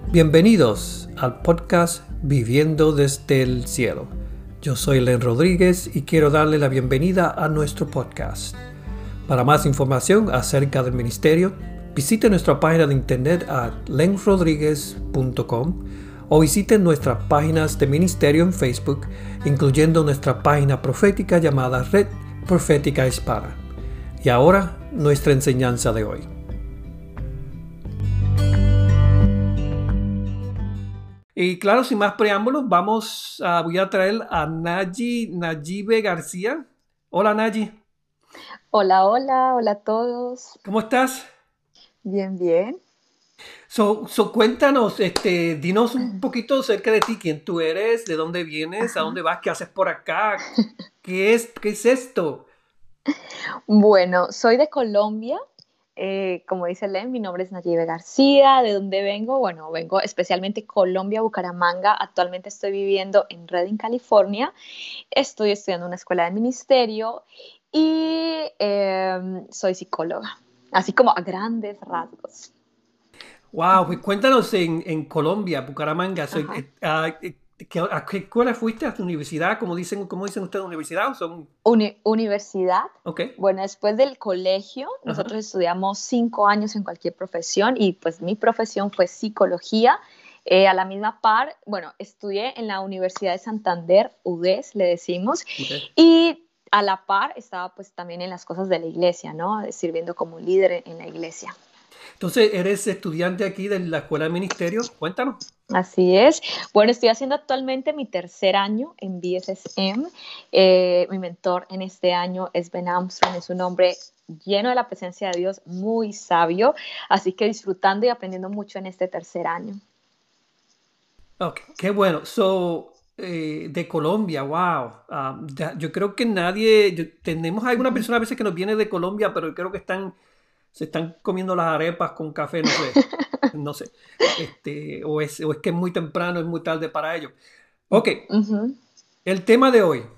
Bienvenidos al podcast Viviendo desde el Cielo. Yo soy Len Rodríguez y quiero darle la bienvenida a nuestro podcast. Para más información acerca del ministerio, visite nuestra página de internet a lenrodriguez.com o visite nuestras páginas de ministerio en Facebook, incluyendo nuestra página profética llamada Red Profética Hispana. Y ahora, nuestra enseñanza de hoy. Y claro, sin más preámbulos, voy a traer a Nayibe García. Hola, Nayi. Hola a todos. ¿Cómo estás? Bien. Cuéntanos, dinos un poquito acerca de ti, quién tú eres, de dónde vienes, a dónde vas, qué haces por acá, qué es esto. Bueno, soy de Colombia. Como dice Len, mi nombre es Nayibe García. ¿De dónde vengo? Bueno, vengo especialmente Colombia, Bucaramanga. Actualmente estoy viviendo en Redding, California. Estoy estudiando en una escuela de ministerio y soy psicóloga, así como a grandes rasgos. Wow, pues cuéntanos en Colombia, Bucaramanga, Ajá. ¿a qué escuela fuiste? ¿A tu universidad? ¿Cómo dicen ustedes universidad? Universidad. Ok, Bueno, después del colegio, ajá. nosotros estudiamos 5 años en cualquier profesión y pues mi profesión fue psicología. A la misma par, bueno, estudié en la Universidad de Santander, UDES, le decimos, Ok. y a la par estaba pues también en las cosas de la iglesia, ¿no? Sirviendo como líder en la iglesia. Entonces, eres estudiante aquí de la Escuela de Ministerio. Cuéntanos. Así es. Bueno, estoy haciendo actualmente mi tercer año en BSSM. Mi mentor en este año es Ben Armstrong, es un hombre lleno de la presencia de Dios, muy sabio, así que disfrutando y aprendiendo mucho en este tercer año. Ok, qué bueno. De Colombia, wow. Yo creo que tenemos alguna Ujú. persona a veces que nos viene de Colombia, pero creo que se están comiendo las arepas con café, no sé. O es que es muy temprano, es muy tarde para ellos. Ok, Ujú. el tema de hoy.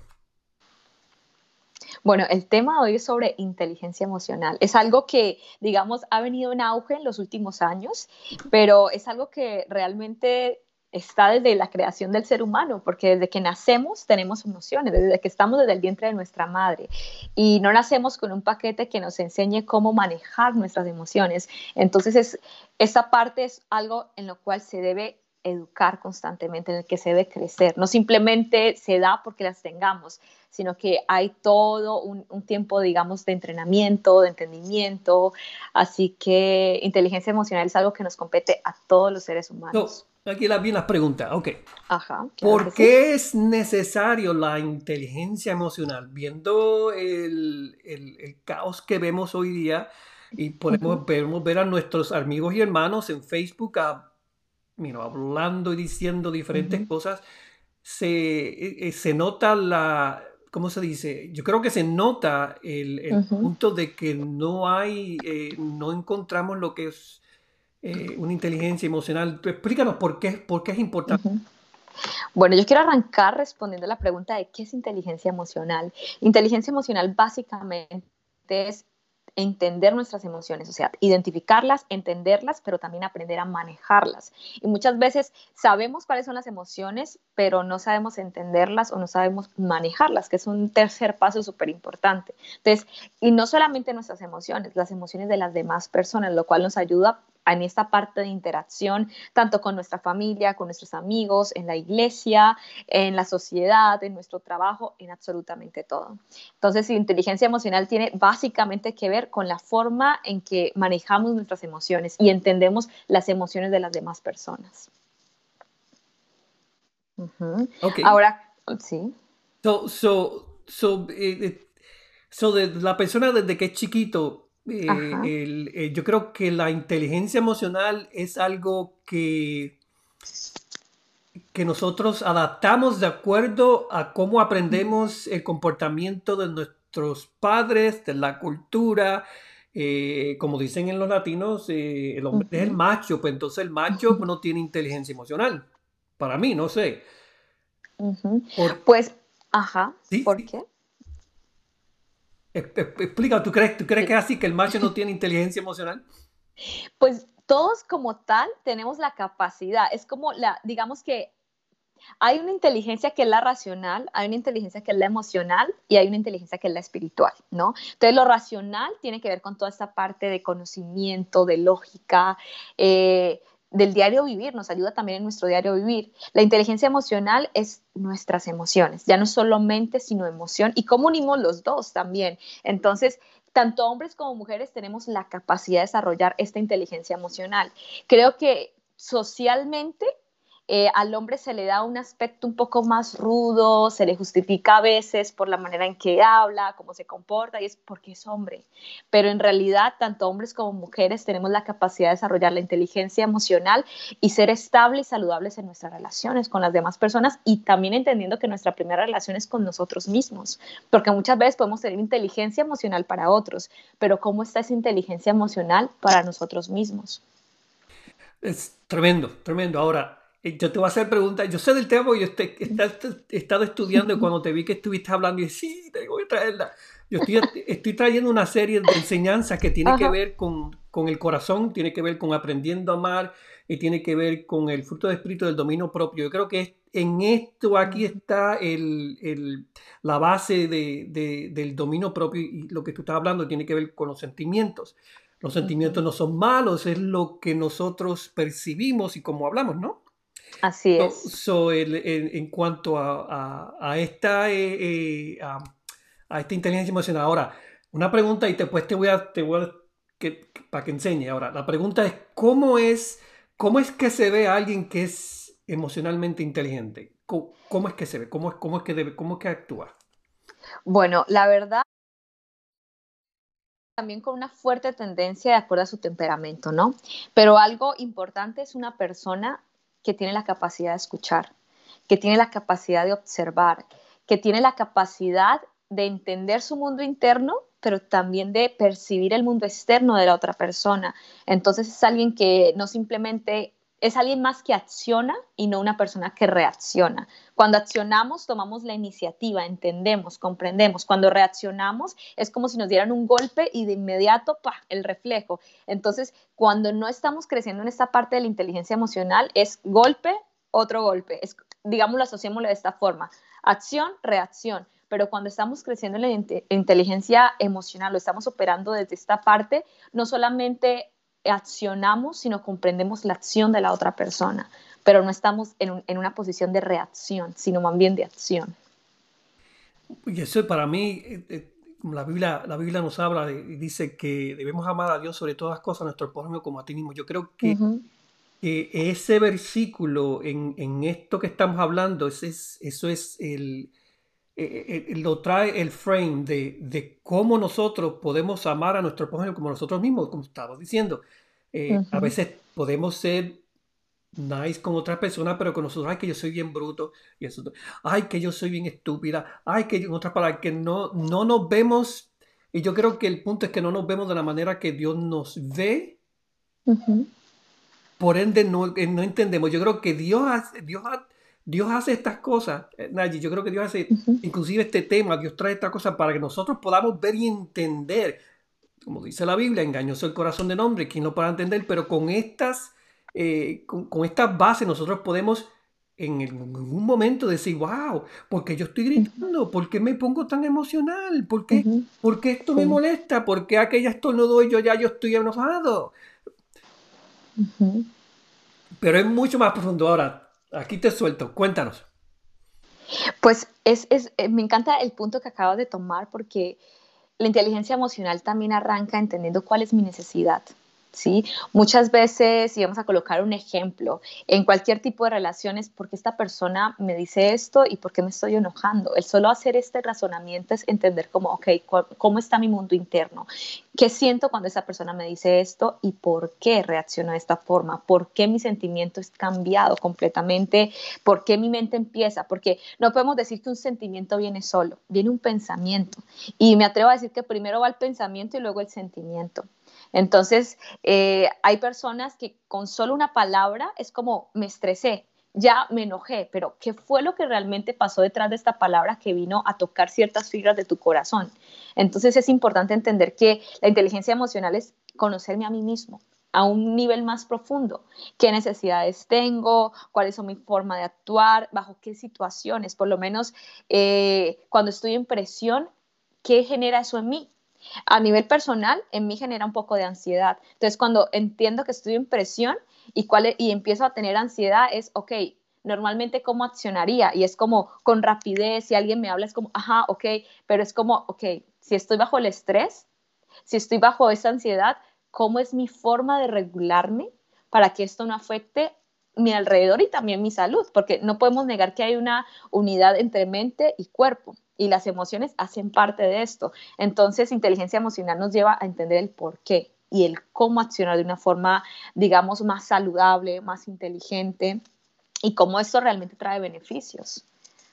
Bueno, el tema de hoy es sobre inteligencia emocional. Es algo que, digamos, ha venido en auge en los últimos años, pero es algo que realmente está desde la creación del ser humano, porque desde que nacemos tenemos emociones, desde que estamos desde el vientre de nuestra madre, y no nacemos con un paquete que nos enseñe cómo manejar nuestras emociones. Entonces, esta parte es algo en lo cual se debe educar constantemente, en el que se debe crecer. No simplemente se da porque las tengamos, sino que hay todo un tiempo, digamos, de entrenamiento, de entendimiento. Así que inteligencia emocional es algo que nos compete a todos los seres humanos. Aquí vienen las preguntas. Ok, Ajá, claro que ¿por sí. qué es necesario la inteligencia emocional? Viendo el caos que vemos hoy día y Ujú, podemos ver a nuestros amigos y hermanos en Facebook hablando y diciendo diferentes ujú, cosas, se nota ¿cómo se dice? Yo creo que se nota el ujú. punto de que no encontramos lo que es una inteligencia emocional. Tú explícanos por qué es importante. Ujú. Bueno, yo quiero arrancar respondiendo a la pregunta de qué es inteligencia emocional. Inteligencia emocional básicamente es entender nuestras emociones, o sea, identificarlas, entenderlas, pero también aprender a manejarlas. Y muchas veces sabemos cuáles son las emociones, pero no sabemos entenderlas o no sabemos manejarlas, que es un tercer paso súper importante. Entonces, y no solamente nuestras emociones, las emociones de las demás personas, lo cual nos ayuda en esta parte de interacción, tanto con nuestra familia, con nuestros amigos, en la iglesia, en la sociedad, en nuestro trabajo, en absolutamente todo. Entonces, inteligencia emocional tiene básicamente que ver con la forma en que manejamos nuestras emociones y entendemos las emociones de las demás personas. Uh-huh. Ok. Ahora, sí. So, so, so, eh, eh, de la persona desde que es chiquito, Ajá. yo creo que la inteligencia emocional es algo que nosotros adaptamos de acuerdo a cómo aprendemos el comportamiento de nuestros padres, de la cultura. Como dicen en los latinos, el hombre es el Uh-huh. macho, pues entonces el macho no tiene inteligencia emocional. Para mí, no sé. Uh-huh. Por, Pues, ajá. sí, ¿Por sí. qué? Explica, ¿tú crees que Sí. es así, que el macho no tiene inteligencia emocional? Pues todos como tal tenemos la capacidad, es como digamos que hay una inteligencia que es la racional, hay una inteligencia que es la emocional y hay una inteligencia que es la espiritual, ¿no? Entonces lo racional tiene que ver con toda esta parte de conocimiento, de lógica, del diario vivir, nos ayuda también en nuestro diario vivir. La inteligencia emocional es nuestras emociones, ya no solo mente, sino emoción, y cómo unimos los dos también. Entonces, tanto hombres como mujeres tenemos la capacidad de desarrollar esta inteligencia emocional. Creo que socialmente al hombre se le da un aspecto un poco más rudo, se le justifica a veces por la manera en que habla, cómo se comporta, y es porque es hombre. Pero en realidad, tanto hombres como mujeres tenemos la capacidad de desarrollar la inteligencia emocional y ser estables y saludables en nuestras relaciones con las demás personas, y también entendiendo que nuestra primera relación es con nosotros mismos, porque muchas veces podemos tener inteligencia emocional para otros, pero ¿cómo está esa inteligencia emocional para nosotros mismos? Es tremendo, tremendo. Ahora, yo te voy a hacer preguntas. Yo sé del tema porque he estado estudiando y cuando te vi que estuviste hablando, y sí, tengo que traerla. Estoy trayendo una serie de enseñanzas que tiene que Ajá. ver con el corazón, tiene que ver con aprendiendo a amar y tiene que ver con el fruto del espíritu del dominio propio. Yo creo que en esto aquí está la base del dominio propio, y lo que tú estás hablando tiene que ver con los sentimientos. Los sentimientos no son malos, es lo que nosotros percibimos y cómo hablamos, ¿no? Así es. En cuanto a esta, a esta inteligencia emocional. Ahora, una pregunta y después para que enseñe. Ahora, la pregunta es, cómo es que se ve a alguien que es emocionalmente inteligente? ¿Cómo es que se ve? ¿Cómo es que debe, cómo es que actúa? Bueno, la verdad, también con una fuerte tendencia de acuerdo a su temperamento, ¿no? Pero algo importante es una persona que tiene la capacidad de escuchar, que tiene la capacidad de observar, que tiene la capacidad de entender su mundo interno, pero también de percibir el mundo externo de la otra persona. Entonces es alguien que no simplemente es alguien más que acciona y no una persona que reacciona. Cuando accionamos, tomamos la iniciativa, entendemos, comprendemos. Cuando reaccionamos, es como si nos dieran un golpe y de inmediato, ¡pah!, el reflejo. Entonces, cuando no estamos creciendo en esta parte de la inteligencia emocional, es golpe, otro golpe. Es, digámoslo, asociémoslo de esta forma: acción, reacción. Pero cuando estamos creciendo en la inteligencia emocional, lo estamos operando desde esta parte, no solamente accionamos, sino comprendemos la acción de la otra persona, pero no estamos en una posición de reacción, sino más bien de acción. Y eso para mí, como la Biblia nos habla y dice que debemos amar a Dios sobre todas las cosas, a nuestro prójimo como a ti mismo. Yo creo que Ujú, ese versículo en esto que estamos hablando, eso es lo trae el frame de cómo nosotros podemos amar a nuestro prójimo como nosotros mismos, como estaba diciendo. A ujú, veces podemos ser nice con otras personas, pero con nosotros, ay, que yo soy bien bruto, y eso, ay, que yo soy bien estúpida, ay, que en otras palabras, que no nos vemos, y yo creo que el punto es que no nos vemos de la manera que Dios nos ve, ujú, por ende no entendemos. Yo creo que Dios hace estas cosas, Nayi, yo creo que Dios hace ujú. inclusive este tema, Dios trae estas cosas para que nosotros podamos ver y entender. Como dice la Biblia, engañoso el corazón del hombre, quien no pueda entender, pero con estas bases nosotros podemos en un momento decir, wow, ¿por qué yo estoy gritando? ¿Por qué me pongo tan emocional? Ujú. ¿Por qué esto me Sí. molesta? ¿Por qué aquella estornudó y yo estoy enojado? Ujú. Pero es mucho más profundo. Ahora, aquí te suelto, cuéntanos. Pues me encanta el punto que acabas de tomar, porque la inteligencia emocional también arranca entendiendo cuál es mi necesidad. ¿Sí? Muchas veces, y vamos a colocar un ejemplo, en cualquier tipo de relaciones, ¿por qué esta persona me dice esto y por qué me estoy enojando? El solo hacer este razonamiento es entender cómo, ok, cómo está mi mundo interno, qué siento cuando esa persona me dice esto y por qué reacciono de esta forma, por qué mi sentimiento es cambiado completamente, por qué mi mente empieza, porque no podemos decir que un sentimiento viene solo, viene un pensamiento. Y me atrevo a decir que primero va el pensamiento y luego el sentimiento. Entonces, hay personas que con solo una palabra es como me estresé, ya me enojé, pero ¿qué fue lo que realmente pasó detrás de esta palabra que vino a tocar ciertas fibras de tu corazón? Entonces es importante entender que la inteligencia emocional es conocerme a mí mismo, a un nivel más profundo. ¿Qué necesidades tengo? ¿Cuáles son mi forma de actuar? ¿Bajo qué situaciones? Por lo menos cuando estoy en presión, ¿qué genera eso en mí? A nivel personal, en mí genera un poco de ansiedad. Entonces, cuando entiendo que estoy en presión y empiezo a tener ansiedad, es, ok, normalmente cómo accionaría. Y es como con rapidez, si alguien me habla, es como, ajá, ok, pero es como, ok, si estoy bajo el estrés, si estoy bajo esa ansiedad, ¿cómo es mi forma de regularme para que esto no afecte mi alrededor y también mi salud? Porque no podemos negar que hay una unidad entre mente y cuerpo y las emociones hacen parte de esto. Entonces, inteligencia emocional nos lleva a entender el por qué y el cómo accionar de una forma, digamos, más saludable, más inteligente y cómo esto realmente trae beneficios.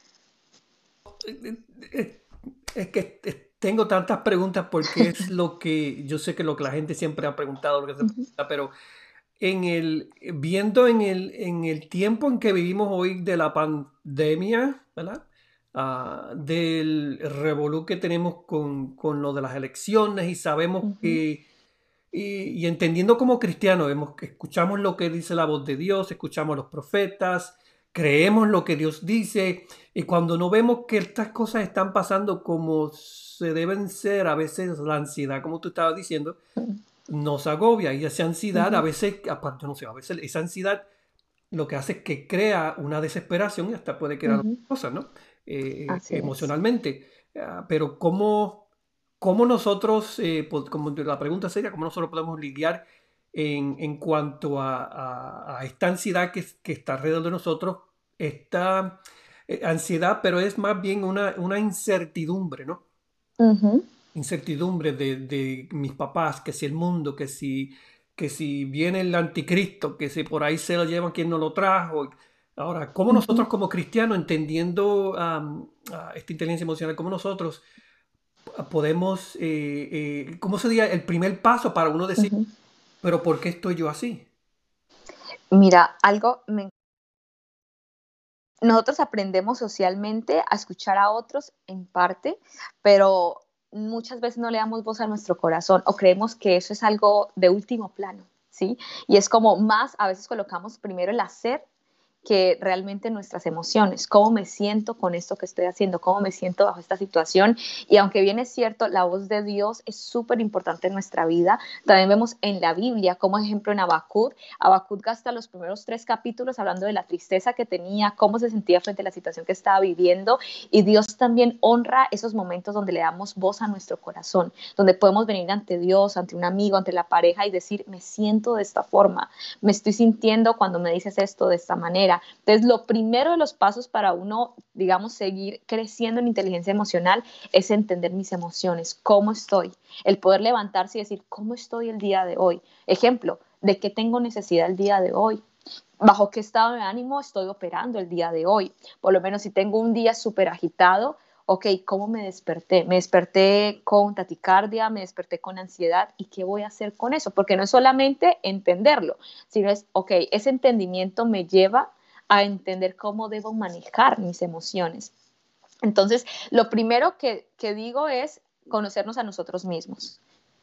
Es que tengo tantas preguntas porque es lo que yo sé que lo que la gente siempre ha preguntado, lo que se pregunta, pero viendo en el tiempo en que vivimos hoy de la pandemia, ¿verdad? Del revolú que tenemos con lo de las elecciones y sabemos que, y entendiendo como cristianos, escuchamos lo que dice la voz de Dios, escuchamos a los profetas, creemos lo que Dios dice, y cuando no vemos que estas cosas están pasando como se deben ser, a veces la ansiedad, como tú estabas diciendo, nos agobia y esa ansiedad a veces, aparte, no sé, a veces esa ansiedad lo que hace es que crea una desesperación y hasta puede crear otras cosas, ¿no? Así es. Emocionalmente. Pero ¿cómo nosotros, como la pregunta sería, cómo nosotros podemos lidiar en cuanto a esta ansiedad que está alrededor de nosotros, esta ansiedad, pero es más bien una incertidumbre, ¿no? Uh-huh. Incertidumbre de mis papás, que si el mundo, que si viene el anticristo, que si por ahí se lo llevan quien no lo trajo. Ahora, ¿cómo nosotros como cristianos, entendiendo esta inteligencia emocional, cómo nosotros podemos, cómo sería el primer paso para uno decir, Uh-huh. pero ¿por qué estoy yo así? Mira, nosotros aprendemos socialmente a escuchar a otros en parte, pero muchas veces no le damos voz a nuestro corazón o creemos que eso es algo de último plano, ¿sí? Y es como más, a veces colocamos primero el hacer que realmente nuestras emociones, cómo me siento con esto que estoy haciendo, cómo me siento bajo esta situación. Y aunque bien es cierto, la voz de Dios es súper importante en nuestra vida, también vemos en la Biblia, como ejemplo en Habacuc gasta los primeros 3 capítulos hablando de la tristeza que tenía, cómo se sentía frente a la situación que estaba viviendo, y Dios también honra esos momentos donde le damos voz a nuestro corazón, donde podemos venir ante Dios, ante un amigo, ante la pareja y decir, me siento de esta forma, me estoy sintiendo cuando me dices esto de esta manera. Entonces, lo primero de los pasos para uno, digamos, seguir creciendo en inteligencia emocional es entender mis emociones, cómo estoy, el poder levantarse y decir, ¿cómo estoy el día de hoy? Ejemplo, ¿de qué tengo necesidad el día de hoy? ¿Bajo qué estado de ánimo estoy operando el día de hoy? Por lo menos si tengo un día súper agitado, ok, ¿cómo me desperté? Me desperté con taquicardia, me desperté con ansiedad, ¿y qué voy a hacer con eso? Porque no es solamente entenderlo, sino es, ok, ese entendimiento me lleva a entender cómo debo manejar mis emociones. Entonces, lo primero que digo es conocernos a nosotros mismos.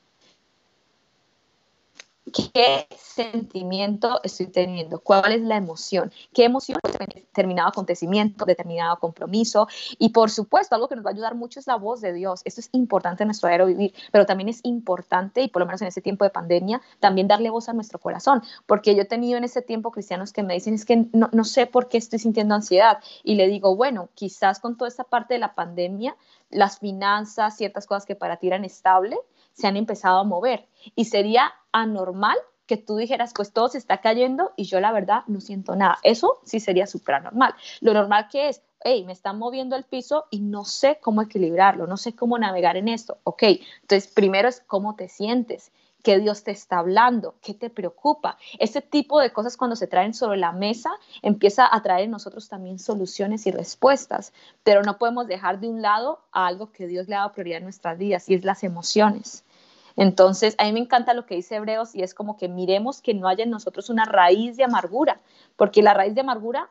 ¿Qué sentimiento estoy teniendo? ¿Cuál es la emoción? ¿Qué emoción? Determinado acontecimiento, determinado compromiso. Y por supuesto, algo que nos va a ayudar mucho es la voz de Dios. Esto es importante en nuestro diario vivir, pero también es importante, y por lo menos en este tiempo de pandemia, también darle voz a nuestro corazón. Porque yo he tenido en este tiempo cristianos que me dicen, es que no sé por qué estoy sintiendo ansiedad. Y le digo, bueno, quizás con toda esta parte de la pandemia, las finanzas, ciertas cosas que para ti eran estables, se han empezado a mover. Y sería anormal que tú dijeras, pues todo se está cayendo y yo la verdad no siento nada. Eso sí sería súper anormal. Lo normal que es, hey, me están moviendo el piso y no sé cómo equilibrarlo, no sé cómo navegar en esto. Ok, entonces primero es cómo te sientes, qué Dios te está hablando, qué te preocupa. Este tipo de cosas cuando se traen sobre la mesa empieza a traer en nosotros también soluciones y respuestas, pero no podemos dejar de un lado a algo que Dios le ha dado prioridad en nuestras vidas y es las emociones. Entonces, a mí me encanta lo que dice Hebreos y es como que miremos que no haya en nosotros una raíz de amargura, porque la raíz de amargura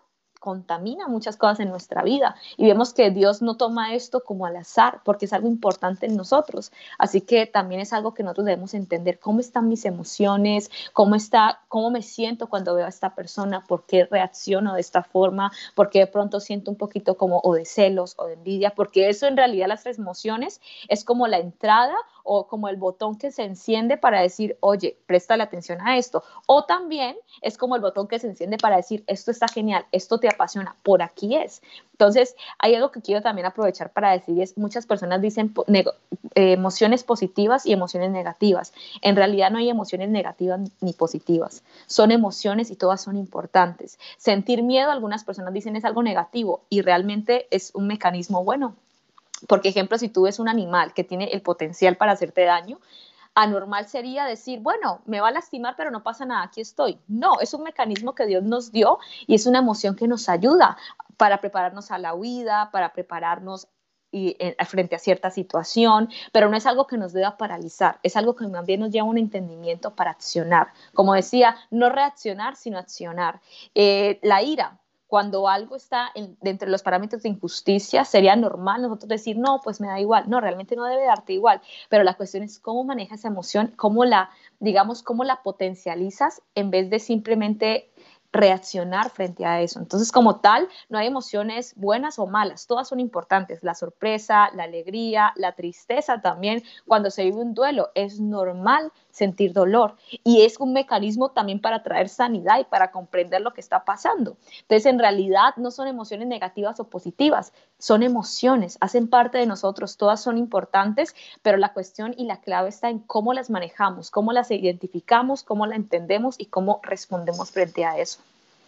contamina muchas cosas en nuestra vida. Y vemos que Dios no toma esto como al azar, porque es algo importante en nosotros. Así que también es algo que nosotros debemos entender cómo están mis emociones, cómo me siento cuando veo a esta persona, por qué reacciono de esta forma, por qué de pronto siento un poquito como o de celos o de envidia, porque eso en realidad las emociones es como la entrada o como el botón que se enciende para decir, oye, préstale atención a esto. O también es como el botón que se enciende para decir, esto está genial, esto te apasiona, por aquí es. Entonces, hay algo que quiero también aprovechar para decir, es muchas personas dicen emociones positivas y emociones negativas. En realidad no hay emociones negativas ni positivas. Son emociones y todas son importantes. Sentir miedo, algunas personas dicen es algo negativo y realmente es un mecanismo bueno. Por ejemplo, si tú ves un animal que tiene el potencial para hacerte daño, anormal sería decir, bueno, me va a lastimar, pero no pasa nada, aquí estoy. No, es un mecanismo que Dios nos dio y es una emoción que nos ayuda para prepararnos a la huida, para prepararnos frente a cierta situación, pero no es algo que nos deba paralizar, es algo que también nos lleva a un entendimiento para accionar. Como decía, no reaccionar, sino accionar. La ira. Cuando algo está dentro de los parámetros de injusticia, sería normal nosotros decir, no, pues me da igual. No, realmente no debe darte igual. Pero la cuestión es cómo manejas esa emoción, digamos, cómo la potencializas en vez de simplemente reaccionar frente a eso. Entonces, como tal, no hay emociones buenas o malas, todas son importantes. La sorpresa, la alegría, la tristeza también. Cuando se vive un duelo, es normal sentir dolor y es un mecanismo también para traer sanidad y para comprender lo que está pasando. Entonces, en realidad, no son emociones negativas o positivas, son emociones, hacen parte de nosotros, todas son importantes, pero la cuestión y la clave está en cómo las manejamos, cómo las identificamos, cómo las entendemos y cómo respondemos frente a eso.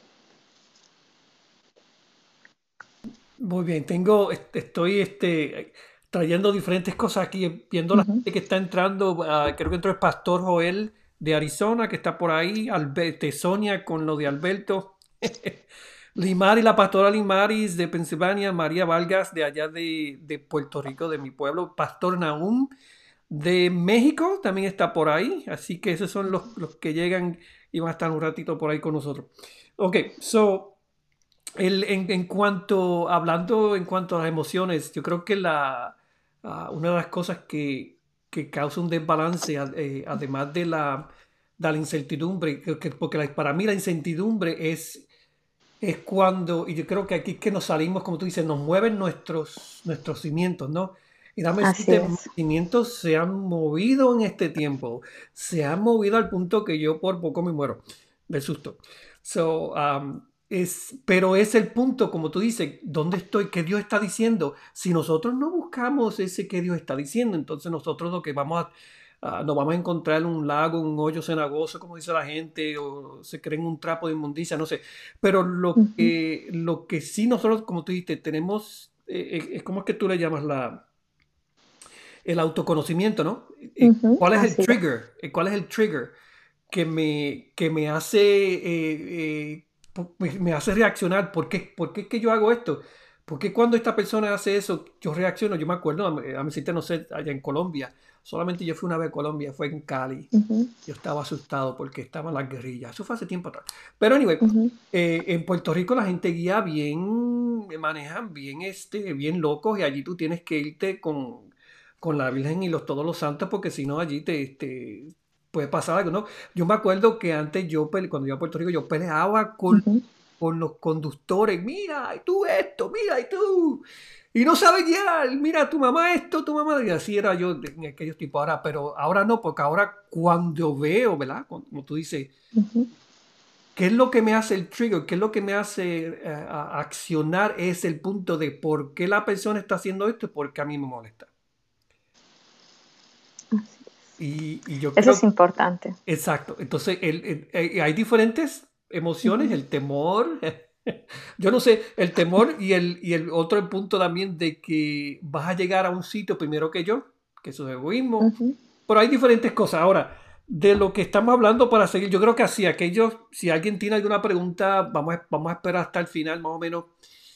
Muy bien, estoy trayendo diferentes cosas aquí, viendo la Uh-huh. gente que está entrando. Creo que entró el pastor Joel de Arizona, que está por ahí, Sonia con lo de Alberto, Limari, la pastora Limaris de Pensilvania, María Vargas de allá de Puerto Rico, de mi pueblo, Pastor Nahum de México también está por ahí, así que esos son los que llegan y van a estar un ratito por ahí con nosotros. Ok, so... hablando en cuanto a las emociones, yo creo que una de las cosas que causa un desbalance, además de la incertidumbre, porque para mí la incertidumbre es cuando, y yo creo que aquí es que nos salimos, como tú dices, nos mueven nuestros cimientos, ¿no? Y dame Así decirte, mis es. cimientos se han movido en este tiempo, se han movido al punto que yo por poco me muero del susto. So, pero es el punto, como tú dices, ¿dónde estoy? ¿Qué Dios está diciendo? Si nosotros no buscamos ese que Dios está diciendo, entonces nosotros lo que nos vamos a encontrar en un lago, un hoyo cenagoso, como dice la gente, o se cree en un trapo de inmundicia, no sé. Pero Uh-huh. lo que sí nosotros, como tú dijiste, tenemos, ¿cómo es que tú le llamas el autoconocimiento, ¿no? Uh-huh. ¿Cuál es el Así es. trigger? ¿Cuál es el trigger que me hace, me hace reaccionar? ¿Por qué es que yo hago esto? ¿Por qué cuando esta persona hace eso, yo reacciono? Yo me acuerdo, a mi sitio, no sé, allá en Colombia, solamente yo fui una vez a Colombia, fue en Cali. Uh-huh. Yo estaba asustado porque estaban las guerrillas. Eso fue hace tiempo atrás. Pero anyway, Uh-huh. en Puerto Rico la gente guía bien, manejan bien, bien locos y allí tú tienes que irte con la Virgen y todos los santos porque si no allí puede pasar algo, ¿no? Yo me acuerdo que antes cuando iba a Puerto Rico, yo peleaba Uh-huh. con los conductores. Mira, y tú esto, mira, y tú. Y no sabes guiar, mira, tu mamá esto, tu mamá. Y así era yo en aquellos tiempos. Ahora, pero ahora no, porque ahora cuando veo, ¿verdad? Como tú dices, Uh-huh. ¿qué es lo que me hace el trigger? ¿Qué es lo que me hace a accionar? Es el punto de por qué la persona está haciendo esto y por qué a mí me molesta. Así Y yo es. Eso creo, es importante. exacto. Entonces, hay diferentes emociones, Uh-huh. el temor. Yo no sé, el temor y el otro el punto también de que vas a llegar a un sitio primero que yo, que eso es egoísmo. Uh-huh. Pero hay diferentes cosas. Ahora, de lo que estamos hablando para seguir, yo creo que así, si alguien tiene alguna pregunta, vamos a esperar hasta el final, más o menos,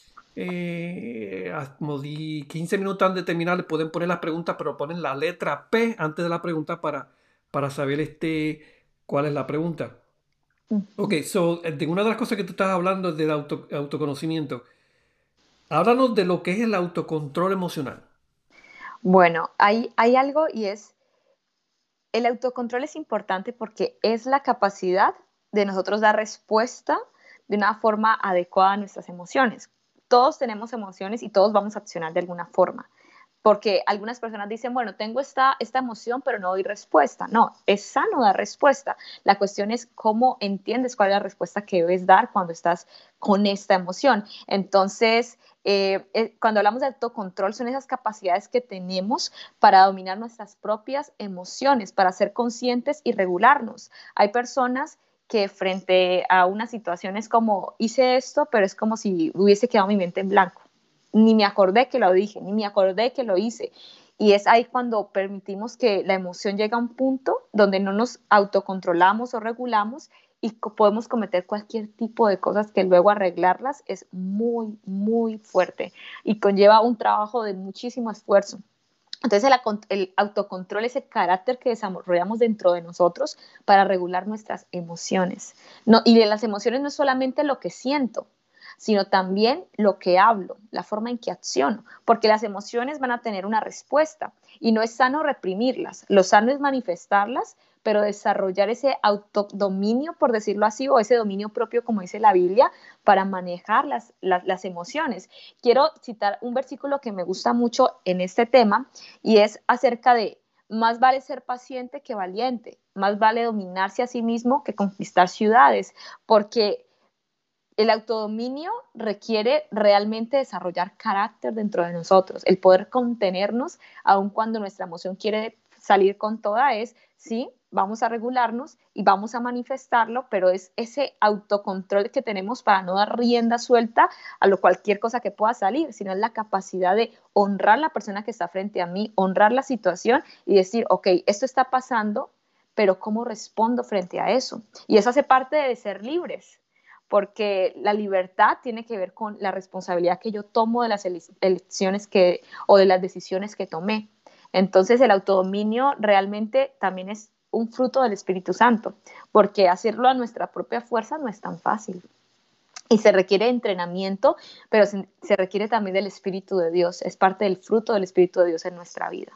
como 15 minutos antes de terminar, le pueden poner las preguntas, pero ponen la letra P antes de la pregunta para saber cuál es la pregunta. Ok, so, de una de las cosas que tú estás hablando es del autoconocimiento. Háblanos de lo que es el autocontrol emocional. Bueno, hay algo y es, el autocontrol es importante porque es la capacidad de nosotros dar respuesta de una forma adecuada a nuestras emociones. Todos tenemos emociones y todos vamos a accionar de alguna forma. Porque algunas personas dicen, bueno, tengo esta emoción, pero no doy respuesta. No, es sano dar respuesta. La cuestión es cómo entiendes cuál es la respuesta que debes dar cuando estás con esta emoción. Entonces, cuando hablamos de autocontrol, son esas capacidades que tenemos para dominar nuestras propias emociones, para ser conscientes y regularnos. Hay personas que frente a una situación es como, hice esto, pero es como si hubiese quedado mi mente en blanco. Ni me acordé que lo dije, ni me acordé que lo hice. Y es ahí cuando permitimos que la emoción llegue a un punto donde no nos autocontrolamos o regulamos y podemos cometer cualquier tipo de cosas que luego arreglarlas es muy, muy fuerte y conlleva un trabajo de muchísimo esfuerzo. Entonces el autocontrol es el carácter que desarrollamos dentro de nosotros para regular nuestras emociones. No, y de las emociones no es solamente lo que siento, sino también lo que hablo, la forma en que acciono, porque las emociones van a tener una respuesta y no es sano reprimirlas, lo sano es manifestarlas, pero desarrollar ese autodominio, por decirlo así, o ese dominio propio, como dice la Biblia, para manejar las emociones. Quiero citar un versículo que me gusta mucho en este tema y es acerca de más vale ser paciente que valiente, más vale dominarse a sí mismo que conquistar ciudades, porque el autodominio requiere realmente desarrollar carácter dentro de nosotros, el poder contenernos, aun cuando nuestra emoción quiere salir con toda, es, sí, vamos a regularnos y vamos a manifestarlo, pero es ese autocontrol que tenemos para no dar rienda suelta a cualquier cosa que pueda salir, sino es la capacidad de honrar a la persona que está frente a mí, honrar la situación y decir, ok, esto está pasando, pero ¿cómo respondo frente a eso? Y eso hace parte de ser libres, porque la libertad tiene que ver con la responsabilidad que yo tomo de las elecciones o de las decisiones que tomé. Entonces el autodominio realmente también es un fruto del Espíritu Santo, porque hacerlo a nuestra propia fuerza no es tan fácil. Y se requiere entrenamiento, pero se requiere también del Espíritu de Dios, es parte del fruto del Espíritu de Dios en nuestra vida.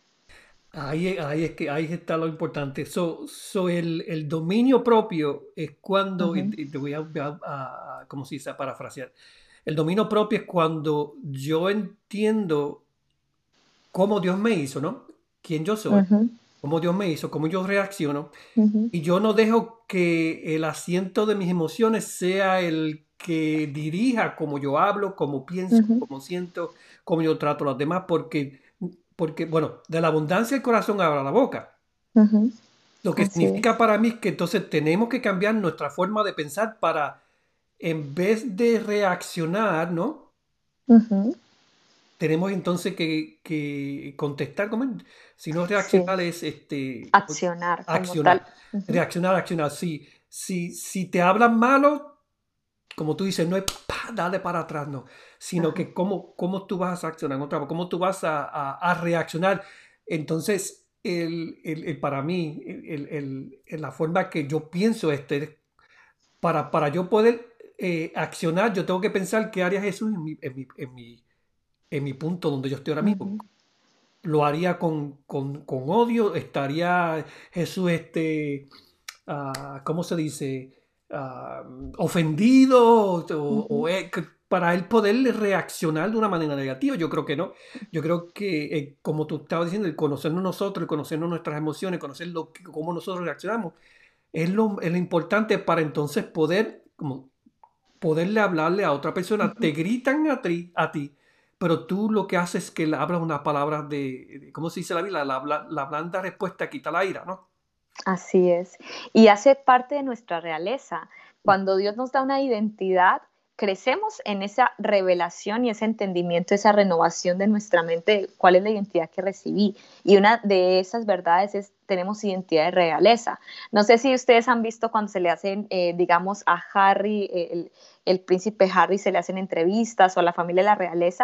Ahí está lo importante. El dominio propio es cuando, Uh-huh, y te voy ¿cómo se dice? A parafrasear. El dominio propio es cuando yo entiendo cómo Dios me hizo, ¿no? Quién yo soy, uh-huh, cómo Dios me hizo, cómo yo reacciono, uh-huh, y yo no dejo que el asiento de mis emociones sea el que dirija cómo yo hablo, cómo pienso, uh-huh, cómo siento, cómo yo trato a los demás, porque, bueno, de la abundancia el corazón habla la boca. uh-huh. Lo que Así significa es. para mí es que entonces tenemos que cambiar nuestra forma de pensar para, en vez de reaccionar, ¿no? Uh-huh. Tenemos entonces que contestar, si no Sí, reaccionar es accionar como tal. accionar. Uh-huh, Reaccionar, accionar. Si te hablan malo, como tú dices, no es dale para atrás, no. Sino ajá. que cómo tú vas a accionar, cómo tú vas a reaccionar. Entonces, para mí, la forma que yo pienso para yo poder accionar, yo tengo que pensar qué haría Jesús en mi punto donde yo estoy ahora mismo. Uh-huh, Lo haría con odio, estaría Jesús, ¿cómo se dice? Ah, ofendido, uh-huh, para él poder reaccionar de una manera negativa. Yo creo que no. Yo creo que, como tú estabas diciendo, el conocernos nosotros, el conocernos nuestras emociones, conocer cómo nosotros reaccionamos, es lo importante para entonces poderle hablarle a otra persona. uh-huh. Te gritan a ti, pero tú lo que haces es que le hablas unas palabras ¿cómo se dice la Biblia? La blanda respuesta quita la ira, ¿no? Así es. Y hace parte de nuestra realeza. Cuando Dios nos da una identidad, crecemos en esa revelación y ese entendimiento, esa renovación de nuestra mente, de cuál es la identidad que recibí. Y una de esas verdades es, tenemos identidad de realeza. No sé si ustedes han visto cuando se le hacen, digamos, a Harry, el príncipe Harry, se le hacen entrevistas o a la familia de la realeza,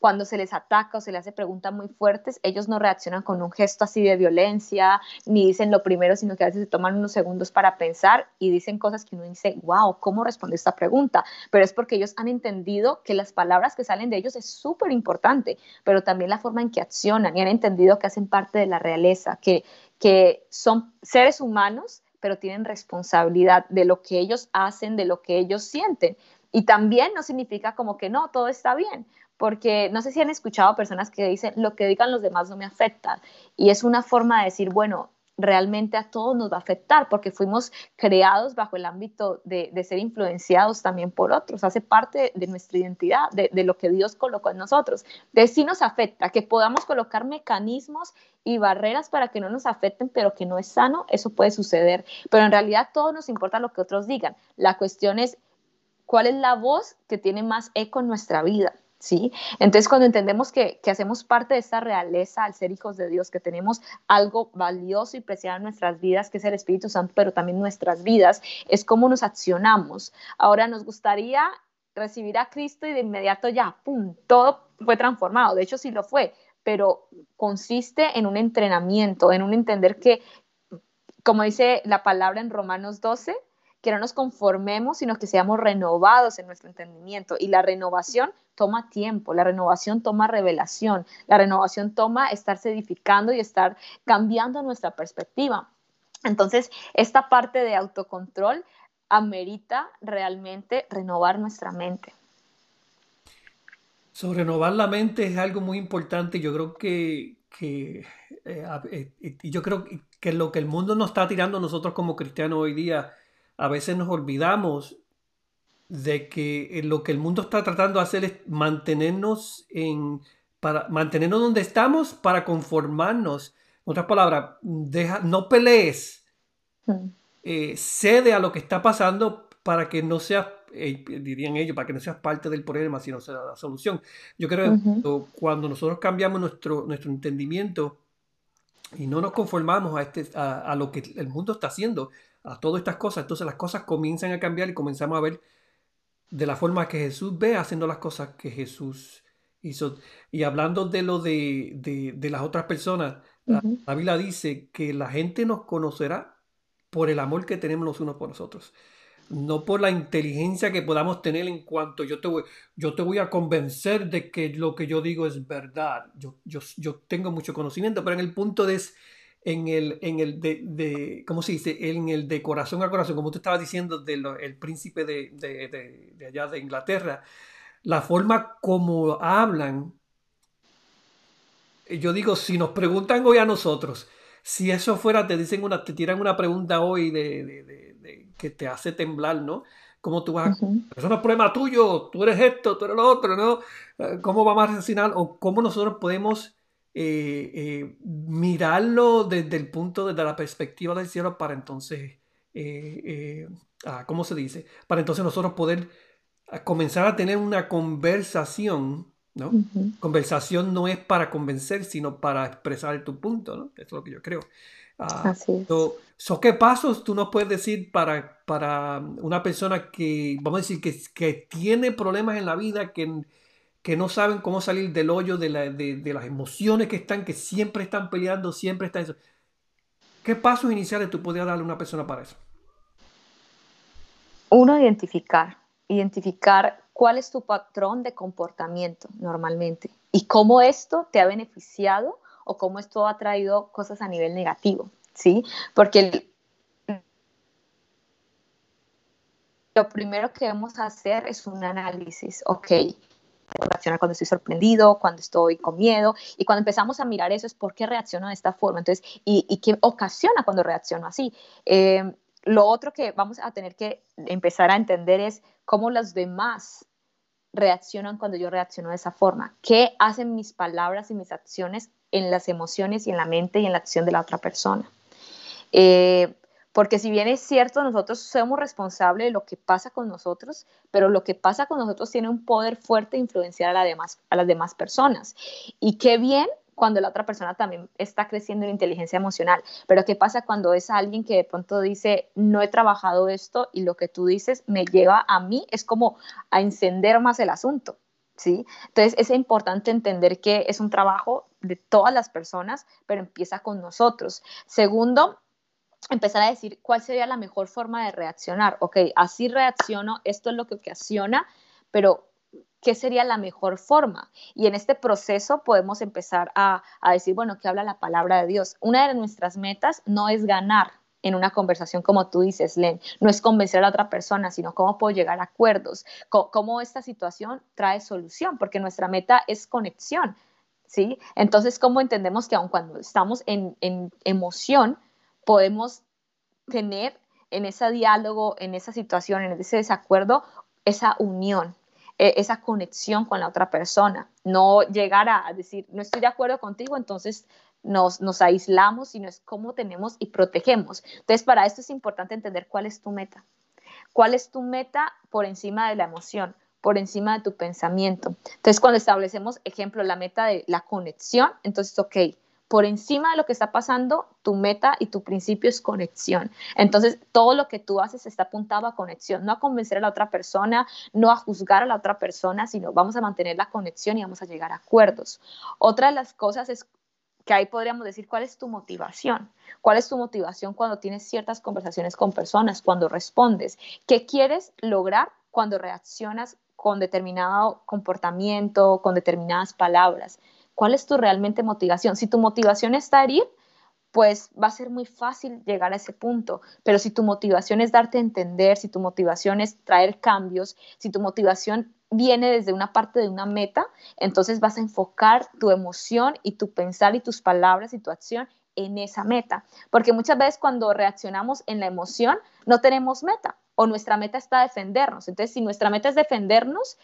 cuando se les ataca o se les hace preguntas muy fuertes, ellos no reaccionan con un gesto así de violencia, ni dicen lo primero, sino que a veces se toman unos segundos para pensar y dicen cosas que uno dice, wow, ¿cómo responde esta pregunta? Pero es porque ellos han entendido que las palabras que salen de ellos es súper importante, pero también la forma en que accionan, y han entendido que hacen parte de la realeza, que son seres humanos, pero tienen responsabilidad de lo que ellos hacen, de lo que ellos sienten. Y también no significa como que no, todo está bien, porque no sé si han escuchado personas que dicen, lo que digan los demás no me afecta, y es una forma de decir, bueno, realmente a todos nos va a afectar, porque fuimos creados bajo el ámbito de ser influenciados también por otros, hace parte de nuestra identidad, de lo que Dios colocó en nosotros. De sí nos afecta, que podamos colocar mecanismos y barreras para que no nos afecten, pero que no es sano, eso puede suceder, pero en realidad todo nos importa lo que otros digan. La cuestión es cuál es la voz que tiene más eco en nuestra vida, ¿sí? Entonces, cuando entendemos que hacemos parte de esta realeza al ser hijos de Dios, que tenemos algo valioso y preciado en nuestras vidas, que es el Espíritu Santo, pero también nuestras vidas, es cómo nos accionamos. Ahora, nos gustaría recibir a Cristo y de inmediato ya, ¡pum!, todo fue transformado. De hecho, sí lo fue, pero consiste en un entrenamiento, en un entender que, como dice la palabra en Romanos 12, que no nos conformemos, sino que seamos renovados en nuestro entendimiento. Y la renovación toma tiempo, la renovación toma revelación, la renovación toma estarse edificando y estar cambiando nuestra perspectiva. Entonces, esta parte de autocontrol amerita realmente renovar nuestra mente. So, renovar la mente es algo muy importante. Yo creo y yo creo que lo que el mundo nos está tirando a nosotros como cristianos hoy día, a veces nos olvidamos de que lo que el mundo está tratando de hacer es para mantenernos donde estamos para conformarnos. En otras palabras, no pelees, cede a lo que está pasando para que no seas, dirían ellos, para que no seas parte del problema, sino sea la solución. Yo creo que cuando nosotros cambiamos nuestro entendimiento y no nos conformamos a lo que el mundo está haciendo, a todas estas cosas, entonces las cosas comienzan a cambiar y comenzamos a ver de la forma que Jesús ve haciendo las cosas que Jesús hizo. Y hablando de lo de las otras personas, la Biblia dice que la gente nos conocerá por el amor que tenemos los unos por los otros, no por la inteligencia que podamos tener en cuanto yo te voy a convencer de que lo que yo digo es verdad. Yo tengo mucho conocimiento, pero en el punto ¿cómo se dice? En el de corazón a corazón, como tú estabas diciendo, el príncipe de allá de Inglaterra, la forma como hablan. Yo digo, si nos preguntan hoy a nosotros, si eso fuera, te tiran una pregunta hoy que te hace temblar, ¿no? ¿Cómo tú vas eso no es problema tuyo, tú eres esto, tú eres lo otro, ¿no? ¿Cómo vamos a reaccionar? O cómo nosotros podemos mirarlo desde la perspectiva del cielo para entonces, ¿cómo se dice? Para entonces nosotros poder comenzar a tener una conversación, ¿no? Conversación no es para convencer, sino para expresar tu punto, ¿no? Eso es lo que yo creo. Así es. ¿Qué pasos tú nos puedes decir para una persona que, vamos a decir, que tiene problemas en la vida, que no saben cómo salir del hoyo de las emociones que siempre están peleando, siempre están eso? ¿Qué pasos iniciales tú podrías darle a una persona para eso? Uno, identificar cuál es tu patrón de comportamiento normalmente y cómo esto te ha beneficiado o cómo esto ha traído cosas a nivel negativo, ¿sí? Porque lo primero que debemos hacer es un análisis, ok, reaccionar cuando estoy sorprendido, cuando estoy con miedo, y cuando empezamos a mirar eso es por qué reacciono de esta forma, entonces, y qué ocasiona cuando reacciono así. Lo otro que vamos a tener que empezar a entender es cómo los demás reaccionan cuando yo reacciono de esa forma, qué hacen mis palabras y mis acciones en las emociones y en la mente y en la acción de la otra persona. Porque si bien es cierto, nosotros somos responsables de lo que pasa con nosotros, pero lo que pasa con nosotros tiene un poder fuerte de influenciar a las demás personas. Y qué bien cuando la otra persona también está creciendo en inteligencia emocional, pero qué pasa cuando es alguien que de pronto dice, no he trabajado esto y lo que tú dices me lleva a mí, es como a encender más el asunto. ¿sí? Entonces es importante entender que es un trabajo de todas las personas, pero empieza con nosotros. Segundo, empezar a decir cuál sería la mejor forma de reaccionar. Ok, así reacciono, esto es lo que ocasiona, pero ¿qué sería la mejor forma? Y en este proceso podemos empezar a decir, bueno, ¿qué habla la palabra de Dios? Una de nuestras metas no es ganar en una conversación como tú dices, Len, no es convencer a la otra persona, sino cómo puedo llegar a acuerdos, cómo esta situación trae solución, porque nuestra meta es conexión, ¿sí? Entonces, ¿cómo entendemos que aun cuando estamos en emoción, podemos tener en ese diálogo, en esa situación, en ese desacuerdo, esa unión, esa conexión con la otra persona? No llegar a decir, no estoy de acuerdo contigo, entonces nos aislamos, sino es cómo tenemos y protegemos. Entonces, para esto es importante entender cuál es tu meta. ¿Cuál es tu meta por encima de la emoción, por encima de tu pensamiento? Entonces, cuando establecemos, ejemplo, la meta de la conexión, entonces, ok, por encima de lo que está pasando, tu meta y tu principio es conexión. Entonces, todo lo que tú haces está apuntado a conexión, no a convencer a la otra persona, no a juzgar a la otra persona, sino vamos a mantener la conexión y vamos a llegar a acuerdos. Otra de las cosas es que ahí podríamos decir cuál es tu motivación. ¿Cuál es tu motivación cuando tienes ciertas conversaciones con personas, cuando respondes? ¿Qué quieres lograr cuando reaccionas con determinado comportamiento, con determinadas palabras? ¿Cuál es tu realmente motivación? Si tu motivación es herir, pues va a ser muy fácil llegar a ese punto. Pero si tu motivación es darte a entender, si tu motivación es traer cambios, si tu motivación viene desde una parte de una meta, entonces vas a enfocar tu emoción y tu pensar y tus palabras y tu acción en esa meta. Porque muchas veces cuando reaccionamos en la emoción no tenemos meta o nuestra meta está defendernos. Entonces, si nuestra meta es defendernos,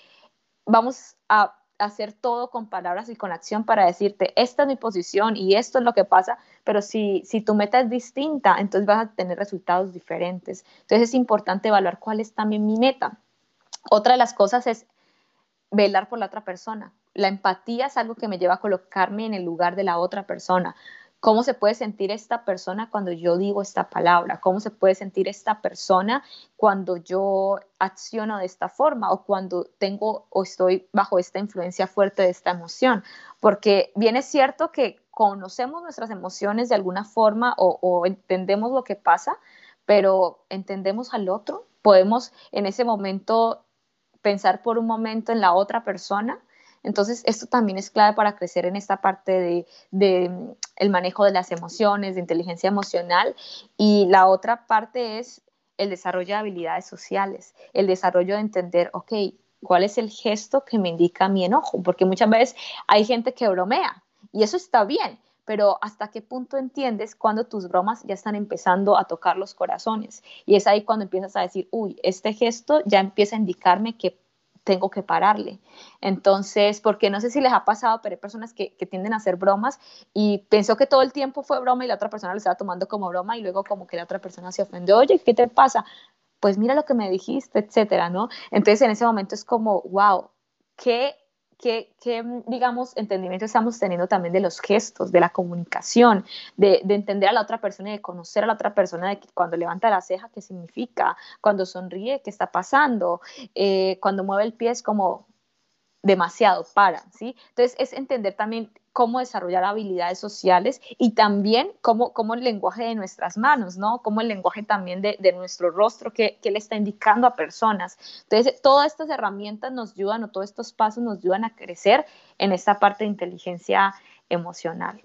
vamos a hacer todo con palabras y con acción para decirte, esta es mi posición y esto es lo que pasa, pero si tu meta es distinta, entonces vas a tener resultados diferentes. Entonces es importante evaluar cuál es también mi meta. Otra de las cosas es velar por la otra persona. La empatía es algo que me lleva a colocarme en el lugar de la otra persona. ¿Cómo se puede sentir esta persona cuando yo digo esta palabra? ¿Cómo se puede sentir esta persona cuando yo acciono de esta forma o cuando tengo o estoy bajo esta influencia fuerte de esta emoción? Porque bien es cierto que conocemos nuestras emociones de alguna forma o entendemos lo que pasa, pero entendemos al otro. Podemos en ese momento pensar por un momento en la otra persona. Entonces, esto también es clave para crecer en esta parte de el manejo de las emociones, de inteligencia emocional. Y la otra parte es el desarrollo de habilidades sociales, el desarrollo de entender, ok, ¿cuál es el gesto que me indica mi enojo? Porque muchas veces hay gente que bromea y eso está bien, pero ¿hasta qué punto entiendes cuando tus bromas ya están empezando a tocar los corazones? Y es ahí cuando empiezas a decir, uy, este gesto ya empieza a indicarme que tengo que pararle. Entonces, porque no sé si les ha pasado, pero hay personas que tienden a hacer bromas y pensó que todo el tiempo fue broma y la otra persona lo estaba tomando como broma y luego como que la otra persona se ofendió, oye, ¿qué te pasa? Pues mira lo que me dijiste, etcétera, ¿no? Entonces en ese momento es como, wow, qué digamos, entendimiento estamos teniendo también de los gestos, de la comunicación, de entender a la otra persona y de conocer a la otra persona, de que cuando levanta la ceja, qué significa, cuando sonríe, qué está pasando, cuando mueve el pie es como, demasiado para, ¿sí? Entonces es entender también cómo desarrollar habilidades sociales y también cómo el lenguaje de nuestras manos, ¿no? Cómo el lenguaje también de nuestro rostro que le está indicando a personas. Entonces, todas estas herramientas nos ayudan o todos estos pasos nos ayudan a crecer en esta parte de inteligencia emocional.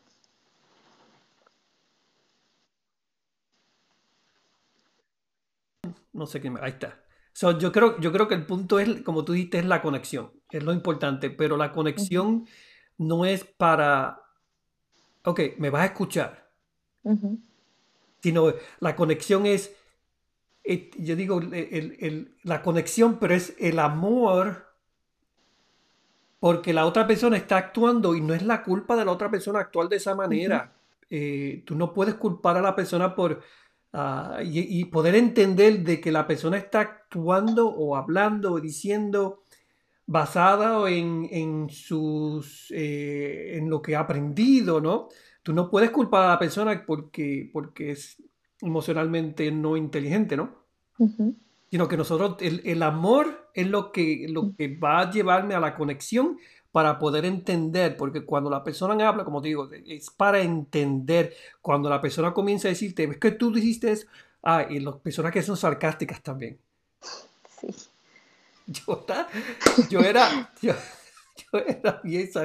No sé qué, ahí está. So, yo creo que el punto es, como tú dijiste, es la conexión, es lo importante, pero la Uh -huh, conexión no es para, ok, me vas a escuchar, uh -huh. sino la conexión es, yo digo, la conexión, pero es el amor porque la otra persona está actuando y no es la culpa de la otra persona actuar de esa Uh -huh. manera. Tú no puedes culpar a la persona por y poder entender de que la persona está actuando o hablando o diciendo basada en lo que ha aprendido, ¿no? Tú no puedes culpar a la persona porque es emocionalmente no inteligente, ¿no? Uh -huh. sino que nosotros, el amor es lo que va a llevarme a la conexión para poder entender, porque cuando la persona habla, como te digo, es para entender. Cuando la persona comienza a decirte, es que tú dijiste eso, y las personas que son sarcásticas también. Sí. Yo, yo era, yo, yo era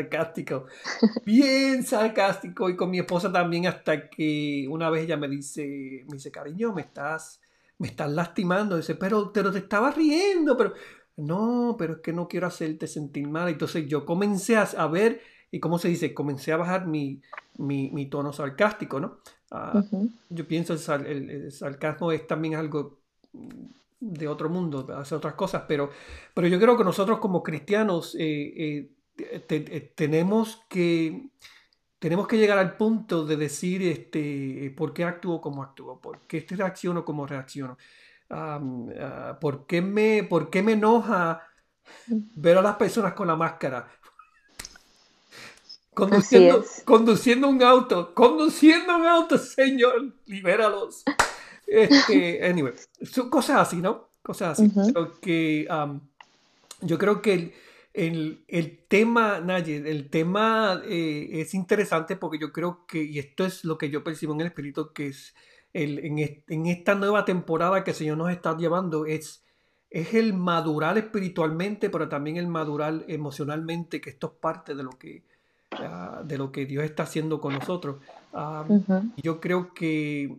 bien sarcástico y con mi esposa también hasta que una vez ella me dice, cariño, me estás lastimando. Dice, pero te estabas riendo, pero no, pero es que no quiero hacerte sentir mal. Entonces yo comencé a ver, y cómo se dice, comencé a bajar mi tono sarcástico, ¿no? Ah, Ujú. yo pienso el sarcasmo es también algo de otro mundo, hace otras cosas, pero yo creo que nosotros como cristianos tenemos que llegar al punto de decir por qué actúo como actúo, por qué reacciono como reacciono. ¿Por qué me enoja ver a las personas con la máscara Así conduciendo, es. conduciendo un auto, Señor, libéralos? Anyway, son cosas así, ¿no? Cosas así. Ujú. Pero que yo creo que el tema, Naye, el tema es interesante porque yo creo que, y esto es lo que yo percibo en el espíritu, que es en esta nueva temporada que el Señor nos está llevando, es el madurar espiritualmente, pero también el madurar emocionalmente, que esto es parte de lo que Dios está haciendo con nosotros. Ujú. Yo creo que,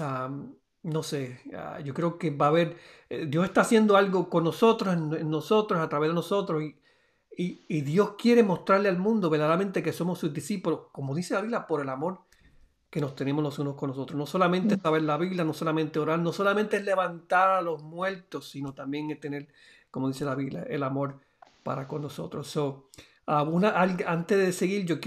no sé, yo creo que va a haber, Dios está haciendo algo con nosotros, en nosotros, a través de nosotros, y Dios quiere mostrarle al mundo verdaderamente que somos sus discípulos, como dice la Biblia, por el amor que nos tenemos los unos con los otros. No solamente Mm. saber la Biblia, no solamente orar, no solamente es levantar a los muertos, sino también es tener, como dice la Biblia, el amor para con nosotros. Antes de seguir, yo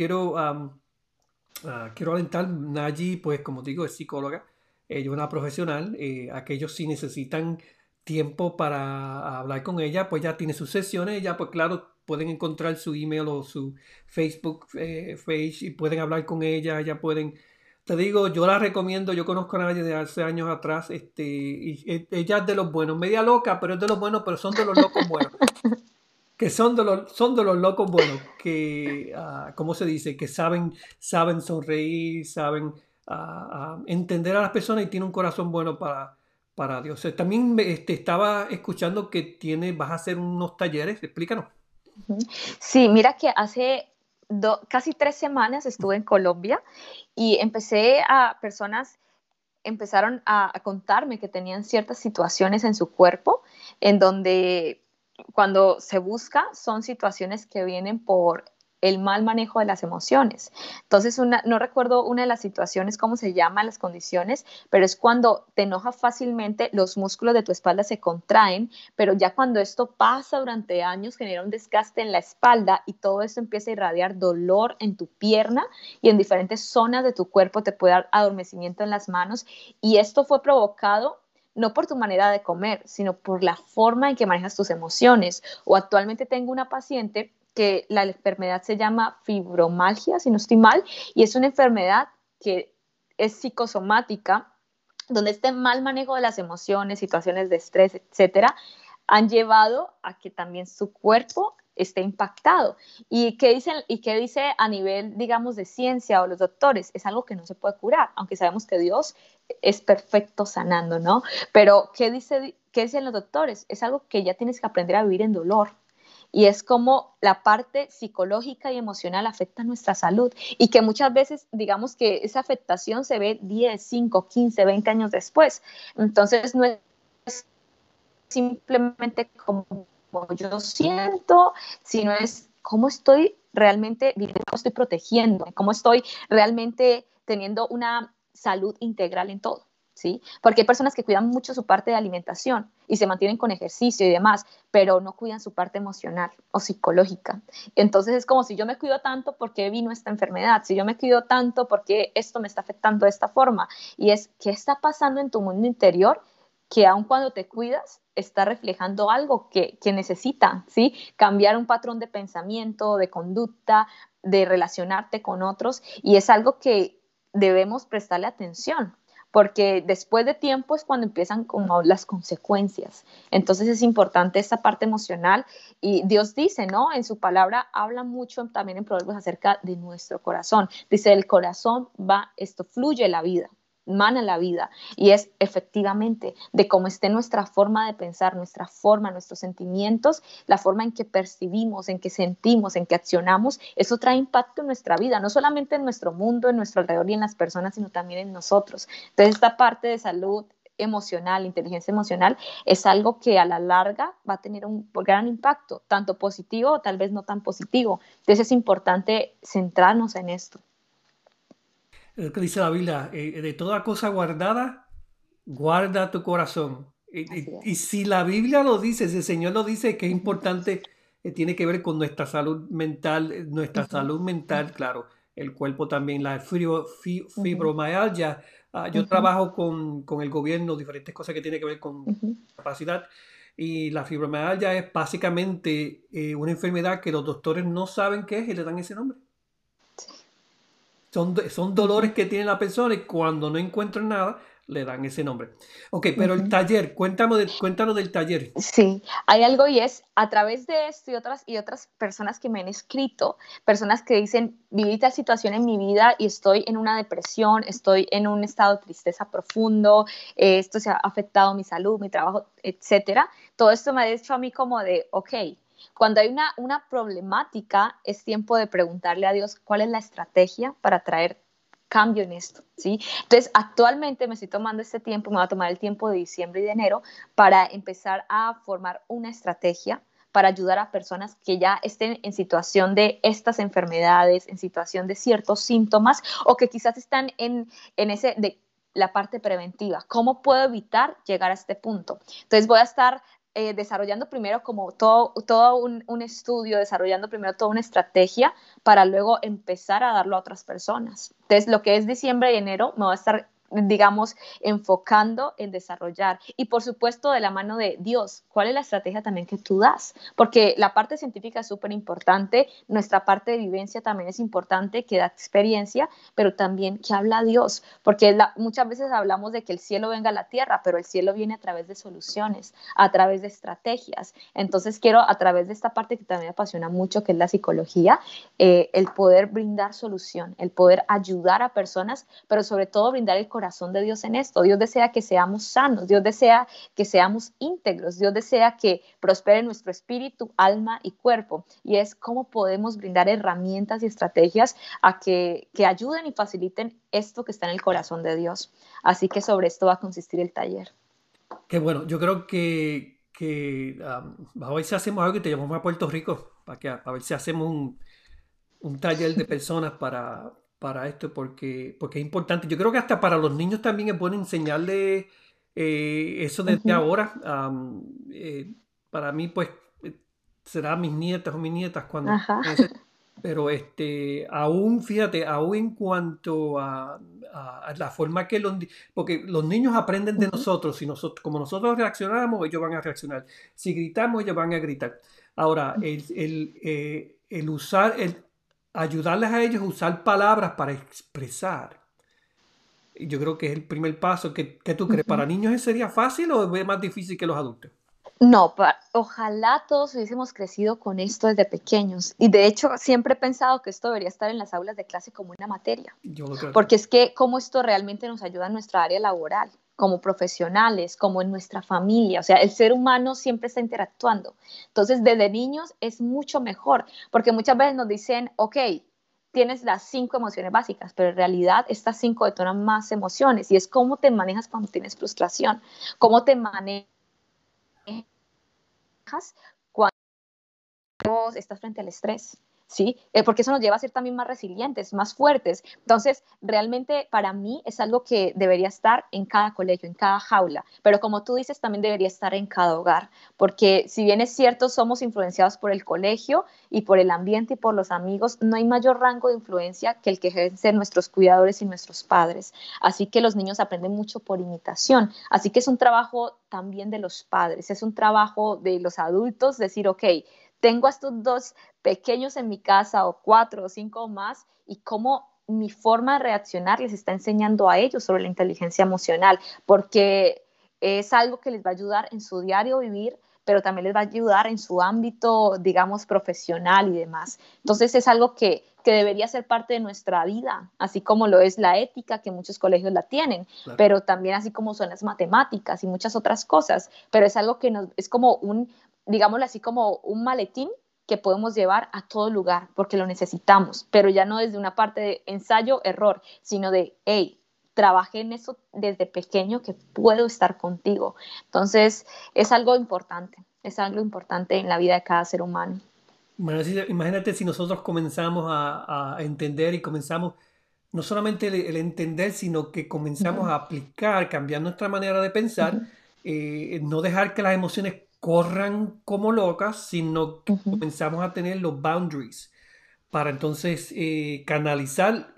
quiero alentar, Nayi, pues como digo, es psicóloga, ella es una profesional, aquellos si necesitan tiempo para hablar con ella, pues ya tiene sus sesiones, ella pues claro, pueden encontrar su email o su Facebook page y pueden hablar con ella, ya pueden, te digo, yo la recomiendo, yo conozco a Nayi de hace años atrás, ella es de los buenos, media loca, pero es de los buenos, pero son de los locos buenos que son de los locos buenos, que, ¿cómo se dice? Que saben sonreír, saben entender a las personas y tiene un corazón bueno para Dios. También estaba escuchando que vas a hacer unos talleres, explícanos. Ujú. Sí, mira que hace casi 3 semanas estuve en Colombia y personas empezaron a contarme que tenían ciertas situaciones en su cuerpo en donde cuando se busca son situaciones que vienen por el mal manejo de las emociones. Entonces, no recuerdo una de las situaciones, cómo se llaman las condiciones, pero es cuando te enojas fácilmente, los músculos de tu espalda se contraen, pero ya cuando esto pasa durante años genera un desgaste en la espalda y todo esto empieza a irradiar dolor en tu pierna y en diferentes zonas de tu cuerpo, te puede dar adormecimiento en las manos y esto fue provocado no por tu manera de comer, sino por la forma en que manejas tus emociones. O actualmente tengo una paciente que la enfermedad se llama fibromialgia, si no estoy mal, y es una enfermedad que es psicosomática, donde este mal manejo de las emociones, situaciones de estrés, etcétera, han llevado a que también su cuerpo esté impactado. ¿Y qué dice a nivel, digamos, de ciencia o los doctores? Es algo que no se puede curar, aunque sabemos que Dios es perfecto sanando, ¿no? Pero ¿qué dicen los doctores? Es algo que ya tienes que aprender a vivir en dolor. Y es como la parte psicológica y emocional afecta nuestra salud y que muchas veces, digamos que esa afectación se ve 10, 5, 15, 20 años después. Entonces, no es simplemente como yo siento, sino es cómo estoy realmente viviendo, cómo estoy protegiendo, cómo estoy realmente teniendo una salud integral en todo. ¿Sí? Porque hay personas que cuidan mucho su parte de alimentación y se mantienen con ejercicio y demás, pero no cuidan su parte emocional o psicológica. Entonces es como si yo me cuido tanto, ¿por qué vino esta enfermedad? Si yo me cuido tanto, ¿por qué esto me está afectando de esta forma? Y es, ¿qué está pasando en tu mundo interior que aun cuando te cuidas, está reflejando algo que necesita, ¿sí? Cambiar un patrón de pensamiento, de conducta, de relacionarte con otros, y es algo que debemos prestarle atención, porque después de tiempo es cuando empiezan como las consecuencias. Entonces es importante esta parte emocional y Dios dice, ¿no? En su palabra habla mucho también en Proverbios acerca de nuestro corazón. Dice, el corazón va, esto fluye la vida, mana la vida, y es efectivamente de cómo esté nuestra forma de pensar, nuestra forma, nuestros sentimientos, la forma en que percibimos, en que sentimos, en que accionamos, eso trae impacto en nuestra vida, no solamente en nuestro mundo, en nuestro alrededor y en las personas, sino también en nosotros. Entonces esta parte de salud emocional, inteligencia emocional, es algo que a la larga va a tener un gran impacto, tanto positivo o tal vez no tan positivo. Entonces es importante centrarnos en esto. Es que dice la Biblia, de toda cosa guardada, guarda tu corazón. Así Y es. si la Biblia lo dice, si el Señor lo dice, que es Uh-huh. importante, tiene que ver con nuestra Uh-huh. salud mental, claro, el cuerpo también, la Uh-huh. fibromialgia. Yo Uh-huh. trabajo con el gobierno, diferentes cosas que tienen que ver con Uh-huh. capacidad. Y la fibromialgia es básicamente una enfermedad que los doctores no saben qué es y le dan ese nombre. Son Uh-huh. dolores que tiene la persona y cuando no encuentran nada, le dan ese nombre. Ok, pero el Uh-huh. taller, cuéntanos del taller. Sí, hay algo y es a través de esto y otras personas que me han escrito, personas que dicen, viví tal situación en mi vida y estoy en una depresión, estoy en un estado de tristeza profundo, esto se ha afectado mi salud, mi trabajo, etcétera. Todo esto me ha hecho a mí como de, ok, cuando hay una problemática, es tiempo de preguntarle a Dios cuál es la estrategia para traer cambio en esto, ¿sí? Entonces, actualmente me estoy tomando este tiempo, me voy a tomar el tiempo de diciembre y de enero para empezar a formar una estrategia para ayudar a personas que ya estén en situación de estas enfermedades, en situación de ciertos síntomas o que quizás están en ese de la parte preventiva. ¿Cómo puedo evitar llegar a este punto? Entonces voy a estar desarrollando primero como todo un estudio, desarrollando primero toda una estrategia para luego empezar a darlo a otras personas. Entonces, lo que es diciembre y enero me va a estar, digamos, enfocando en desarrollar. Y por supuesto, de la mano de Dios, ¿cuál es la estrategia también que tú das? Porque la parte científica es súper importante, nuestra parte de vivencia también es importante, que da experiencia, pero también que habla Dios, porque muchas veces hablamos de que el cielo venga a la tierra, pero el cielo viene a través de soluciones, a través de estrategias. Entonces quiero, a través de esta parte que también me apasiona mucho, que es la psicología, el poder brindar solución, el poder ayudar a personas, pero sobre todo brindar el corazón de Dios en esto. Dios desea que seamos sanos, Dios desea que seamos íntegros, Dios desea que prospere nuestro espíritu, alma y cuerpo. Y es cómo podemos brindar herramientas y estrategias a que ayuden y faciliten esto que está en el corazón de Dios. Así que sobre esto va a consistir el taller. Qué bueno, yo creo a ver si hacemos algo y te llamamos a Puerto Rico, a ver si hacemos un taller de personas para esto, porque es importante. Yo creo que hasta para los niños también es bueno enseñarles eso Uh desde -huh. ahora. Para mí, pues, eh, será mis nietas o mis nietas cuando Ajá. pero aún, fíjate, aún en cuanto a la forma que porque los niños aprenden Uh de -huh. nosotros, si nosotros, como nosotros reaccionamos, ellos van a reaccionar. Si gritamos, ellos van a gritar. Ahora, el usar, ayudarles a ellos a usar palabras para expresar. Yo creo que es el primer paso. ¿Qué tú Uh crees? -huh. ¿Para niños sería fácil o es más difícil que los adultos? No, ojalá todos hubiésemos crecido con esto desde pequeños. Y de hecho, siempre he pensado que esto debería estar en las aulas de clase como una materia, Yo lo creo porque también. es que cómo esto realmente nos ayuda en nuestra área laboral, como profesionales, como en nuestra familia. O sea, el ser humano siempre está interactuando. Entonces, desde niños es mucho mejor, porque muchas veces nos dicen, ok, tienes las 5 emociones básicas, pero en realidad estas 5 detonan más emociones y es cómo te manejas cuando tienes frustración, cómo te manejas cuando estás frente al estrés, ¿sí? Porque eso nos lleva a ser también más resilientes, más fuertes. Entonces, realmente para mí es algo que debería estar en cada colegio, en cada jaula, pero como tú dices, también debería estar en cada hogar, porque si bien es cierto, somos influenciados por el colegio y por el ambiente y por los amigos, no hay mayor rango de influencia que el que ejercen nuestros cuidadores y nuestros padres. Así que los niños aprenden mucho por imitación. Así que es un trabajo también de los padres, es un trabajo de los adultos decir, ok, tengo a estos dos pequeños en mi casa o 4 o 5 más y cómo mi forma de reaccionar les está enseñando a ellos sobre la inteligencia emocional, porque es algo que les va a ayudar en su diario vivir, pero también les va a ayudar en su ámbito, digamos, profesional y demás. Entonces es algo que debería ser parte de nuestra vida, así como lo es la ética, que muchos colegios la tienen, Claro. pero también así como son las matemáticas y muchas otras cosas, pero es algo que es como digámoslo así, como un maletín que podemos llevar a todo lugar porque lo necesitamos, pero ya no desde una parte de ensayo, error, sino de, hey, trabajé en eso desde pequeño que puedo estar contigo. Entonces, es algo importante en la vida de cada ser humano. Imagínate si nosotros comenzamos a entender y comenzamos no solamente el entender, sino que comenzamos Uh-huh. a aplicar, cambiar nuestra manera de pensar, Uh-huh. no dejar que las emociones corran como locas, sino que Uh-huh. comenzamos a tener los boundaries para entonces canalizar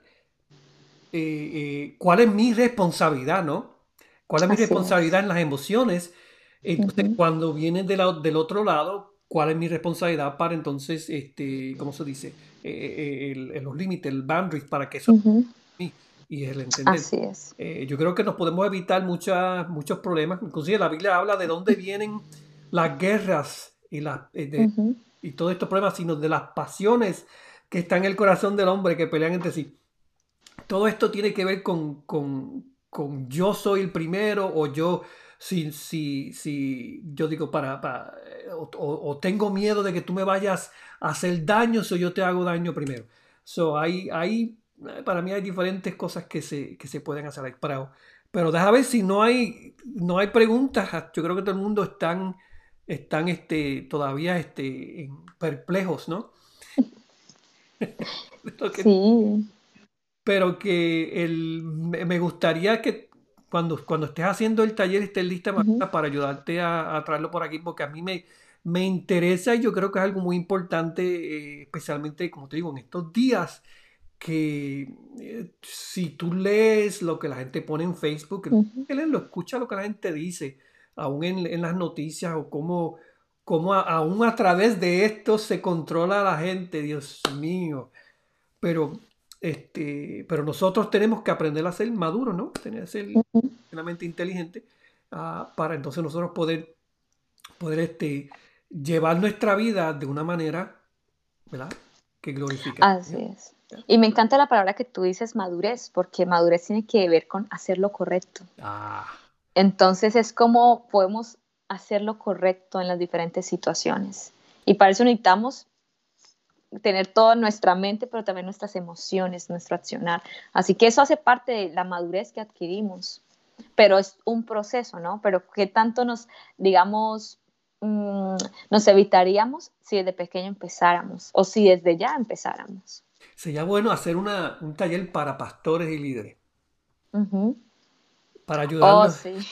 cuál es mi responsabilidad, ¿no? ¿Cuál es mi Así responsabilidad es. en las emociones? Entonces, Uh-huh. cuando vienen del otro lado, ¿cuál es mi responsabilidad para entonces, ¿cómo se dice? Los límites, el boundaries, para que eso Uh-huh. mí y el entender. Así es. Yo creo que nos podemos evitar muchos problemas. Inclusive la Biblia habla de dónde vienen las guerras Uh-huh. y todos estos problemas, sino de las pasiones que están en el corazón del hombre que pelean entre sí. Todo esto tiene que ver con yo soy el primero o yo, si yo digo o tengo miedo de que tú me vayas a hacer daño, o yo te hago daño primero. Para mí hay diferentes cosas que se pueden hacer ahí. Pero deja ver si no hay preguntas. Yo creo que todo el mundo están todavía perplejos, ¿no? Lo que Sí. pero me gustaría que cuando estés haciendo el taller estés lista Uh-huh. Marta, para ayudarte a traerlo por aquí, porque a mí me interesa y yo creo que es algo muy importante, especialmente, como te digo, en estos días, que si tú lees lo que la gente pone en Facebook, Uh-huh. que leerlo, escucha lo que la gente dice, aún en las noticias, o cómo aún a través de esto se controla a la gente, Dios mío. Pero, pero nosotros tenemos que aprender a ser maduros, ¿no? Tener que ser Uh-huh. una mente inteligente, para entonces nosotros poder llevar nuestra vida de una manera, ¿verdad? Que glorifique a Así Dios. es. Y me encanta la palabra que tú dices, madurez, porque madurez tiene que ver con hacer lo correcto. Ah, Entonces es como podemos hacer lo correcto en las diferentes situaciones. Y para eso necesitamos tener toda nuestra mente, pero también nuestras emociones, nuestro accionar. Así que eso hace parte de la madurez que adquirimos. Pero es un proceso, ¿no? Pero ¿qué tanto digamos, nos evitaríamos si desde pequeño empezáramos o si desde ya empezáramos? sería bueno hacer un taller para pastores y líderes, Uh-huh. para Oh, ayudarlos. sí.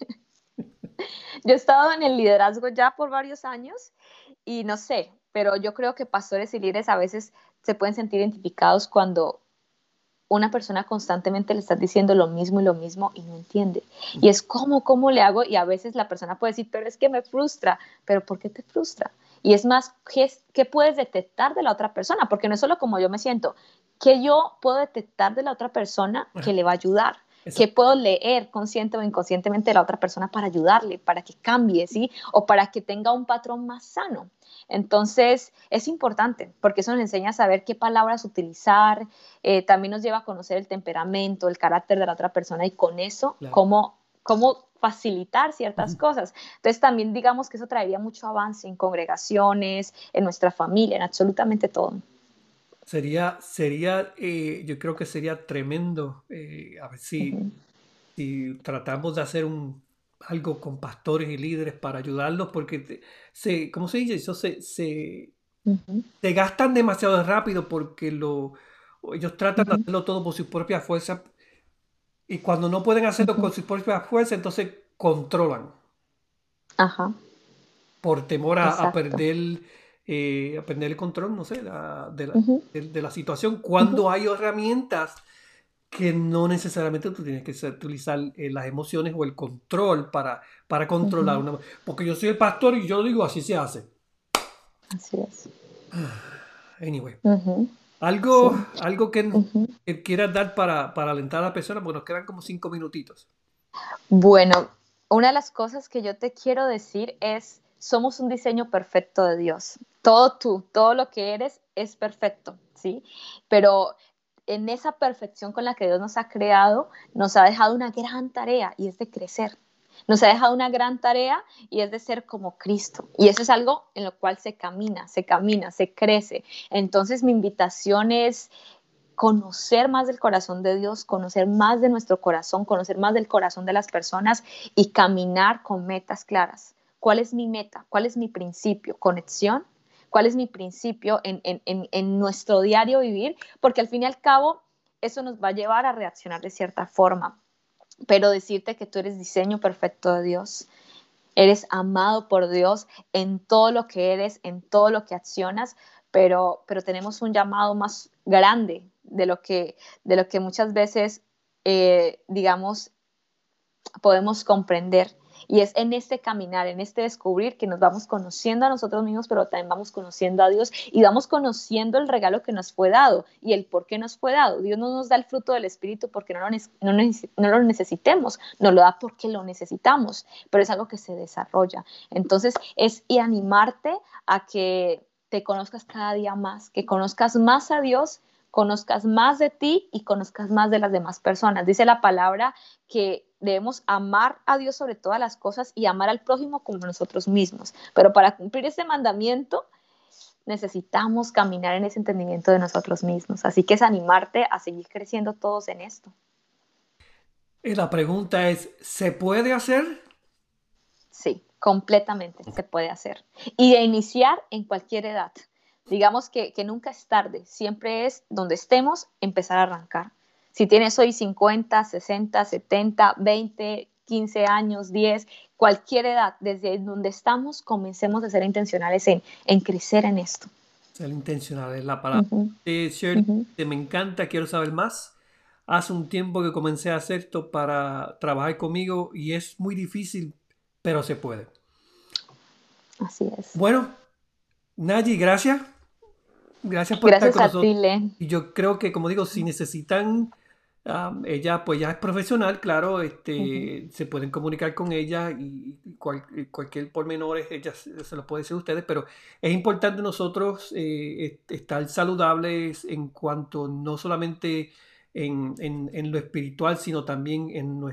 Yo he estado en el liderazgo ya por varios años y no sé, pero yo creo que pastores y líderes a veces se pueden sentir identificados cuando una persona constantemente le está diciendo lo mismo y no entiende. Y es ¿cómo le hago? Y a veces la persona puede decir, pero es que me frustra. ¿Pero por qué te frustra? Y es más, ¿qué puedes detectar de la otra persona? Porque no es solo como yo me siento, ¿qué yo puedo detectar de la otra persona que Ajá, le va a ayudar? ¿Qué exacto. puedo leer consciente o inconscientemente de la otra persona para ayudarle, para que cambie, ¿sí? O para que tenga un patrón más sano. Entonces, es importante porque eso nos enseña a saber qué palabras utilizar, también nos lleva a conocer el temperamento, el carácter de la otra persona y con eso, Claro. cómo facilitar ciertas Ujú. cosas. Entonces, también digamos que eso traería mucho avance en congregaciones, en nuestra familia, en absolutamente todo. Yo creo que sería tremendo, a ver Uh-huh. si tratamos de hacer algo con pastores y líderes para ayudarlos, porque ¿cómo se dice? Eso Uh-huh. se gastan demasiado rápido porque ellos tratan de Uh-huh. hacerlo todo por sus propias fuerzas, y cuando no pueden hacerlo Uh-huh. con sus propias fuerzas, entonces controlan Ajá, por temor exacto. a perder el control, no sé, Uh-huh. de la situación, Uh-huh. cuando hay herramientas que no necesariamente tú tienes que utilizar las emociones o el control para controlar Uh-huh. porque yo soy el pastor y yo digo así se hace. Así es. Anyway, Uh-huh. Algo, Sí. algo Ujú. que quieras dar para alentar a la persona, porque nos quedan como 5 minutitos. Bueno, una de las cosas que yo te quiero decir es, somos un diseño perfecto de Dios. Todo tú, todo lo que eres es perfecto, ¿sí? Pero en esa perfección con la que Dios nos ha creado, nos ha dejado una gran tarea y es de crecer. Nos ha dejado una gran tarea y es de ser como Cristo. Y eso es algo en lo cual se camina, se crece. Entonces mi invitación es conocer más del corazón de Dios, conocer más de nuestro corazón, conocer más del corazón de las personas y caminar con metas claras. ¿Cuál es mi meta? ¿Cuál es mi principio? ¿Conexión? ¿Cuál es mi principio en nuestro diario vivir? Porque al fin y al cabo eso nos va a llevar a reaccionar de cierta forma. Pero decirte que tú eres diseño perfecto de Dios, eres amado por Dios en todo lo que eres, en todo lo que accionas, pero tenemos un llamado más grande de lo que muchas veces, digamos, podemos comprender. Y es en este caminar, en este descubrir que nos vamos conociendo a nosotros mismos, pero también vamos conociendo a Dios y vamos conociendo el regalo que nos fue dado y el por qué nos fue dado. Dios no nos da el fruto del Espíritu porque no lo necesitemos, nos lo da porque lo necesitamos, pero es algo que se desarrolla. Entonces es y animarte a que te conozcas cada día más, que conozcas más a Dios, conozcas más de ti y conozcas más de las demás personas. Dice la palabra que debemos amar a Dios sobre todas las cosas y amar al prójimo como nosotros mismos. Pero para cumplir ese mandamiento necesitamos caminar en ese entendimiento de nosotros mismos. Así que es animarte a seguir creciendo todos en esto. La pregunta es, ¿se puede hacer? Sí, completamente se puede hacer. Y de iniciar en cualquier edad. Digamos que nunca es tarde, siempre es donde estemos empezar a arrancar. Si tienes hoy 50, 60, 70, 20, 15 años, 10, cualquier edad, desde donde estamos, comencemos a ser intencionales en crecer en esto. Ser intencional es la palabra. Uh-huh, Shirley, uh-huh. me encanta, quiero saber más. Hace un tiempo que comencé a hacer esto para trabajar conmigo y es muy difícil, pero se puede. Así es. Bueno, Nayi, gracias. Gracias por estar Gracias con a nosotros. ti, Len. Y yo creo que, como digo, si necesitan, ella pues ya es profesional, claro, Uh-huh. se pueden comunicar con ella y cualquier pormenor ella se lo puede decir a ustedes, pero es importante nosotros estar saludables en cuanto no solamente en lo espiritual, sino también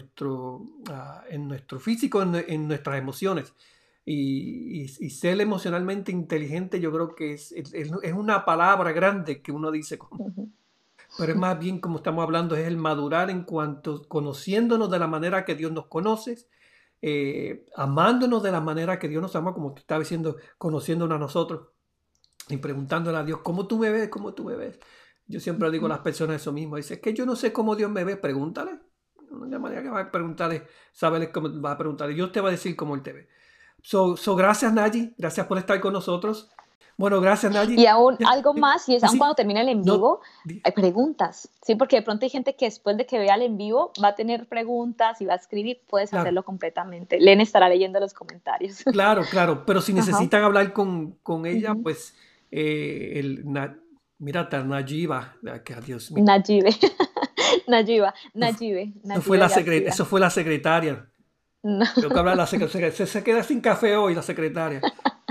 en nuestro físico, en nuestras emociones. Y ser emocionalmente inteligente, yo creo que es una palabra grande que uno dice, Uh-huh. pero es más bien como estamos hablando, es el madurar en cuanto conociéndonos de la manera que Dios nos conoce, amándonos de la manera que Dios nos ama, como tú estabas diciendo, conociéndonos a nosotros y preguntándole a Dios, ¿cómo tú me ves? ¿Cómo tú me ves? Yo siempre digo a las personas eso mismo, dice, es que yo no sé cómo Dios me ve, pregúntale. La manera que va a preguntarle, saberle cómo va a preguntarle, Dios te va a decir cómo Él te ve. Gracias, Nayi. Gracias por estar con nosotros. Bueno, gracias, Nayi. Y aún algo más, y es aún Sí, cuando termine el en no, vivo, hay preguntas, ¿sí? Porque de pronto hay gente que después de que vea el en vivo va a tener preguntas y va a escribir, puedes claro, hacerlo completamente. Len estará leyendo los comentarios. claro. Pero si Ajá. necesitan hablar con ella, Uh-huh. pues, mira, está Nayiba, que Dios mío. Nayibe. Nayibe García. Eso fue la secretaria. No. Tengo que hablar la secretaria. Se queda sin café hoy la secretaria.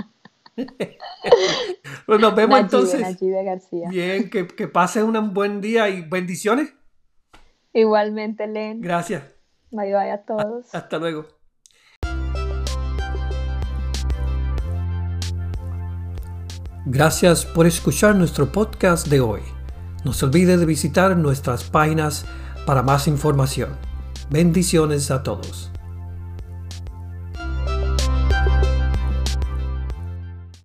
Pues nos vemos entonces. Nayibe García. Bien, que pasen un buen día y bendiciones. Igualmente, Len. Gracias. Bye bye a todos. Hasta luego. Gracias por escuchar nuestro podcast de hoy. No se olvide de visitar nuestras páginas para más información. Bendiciones a todos.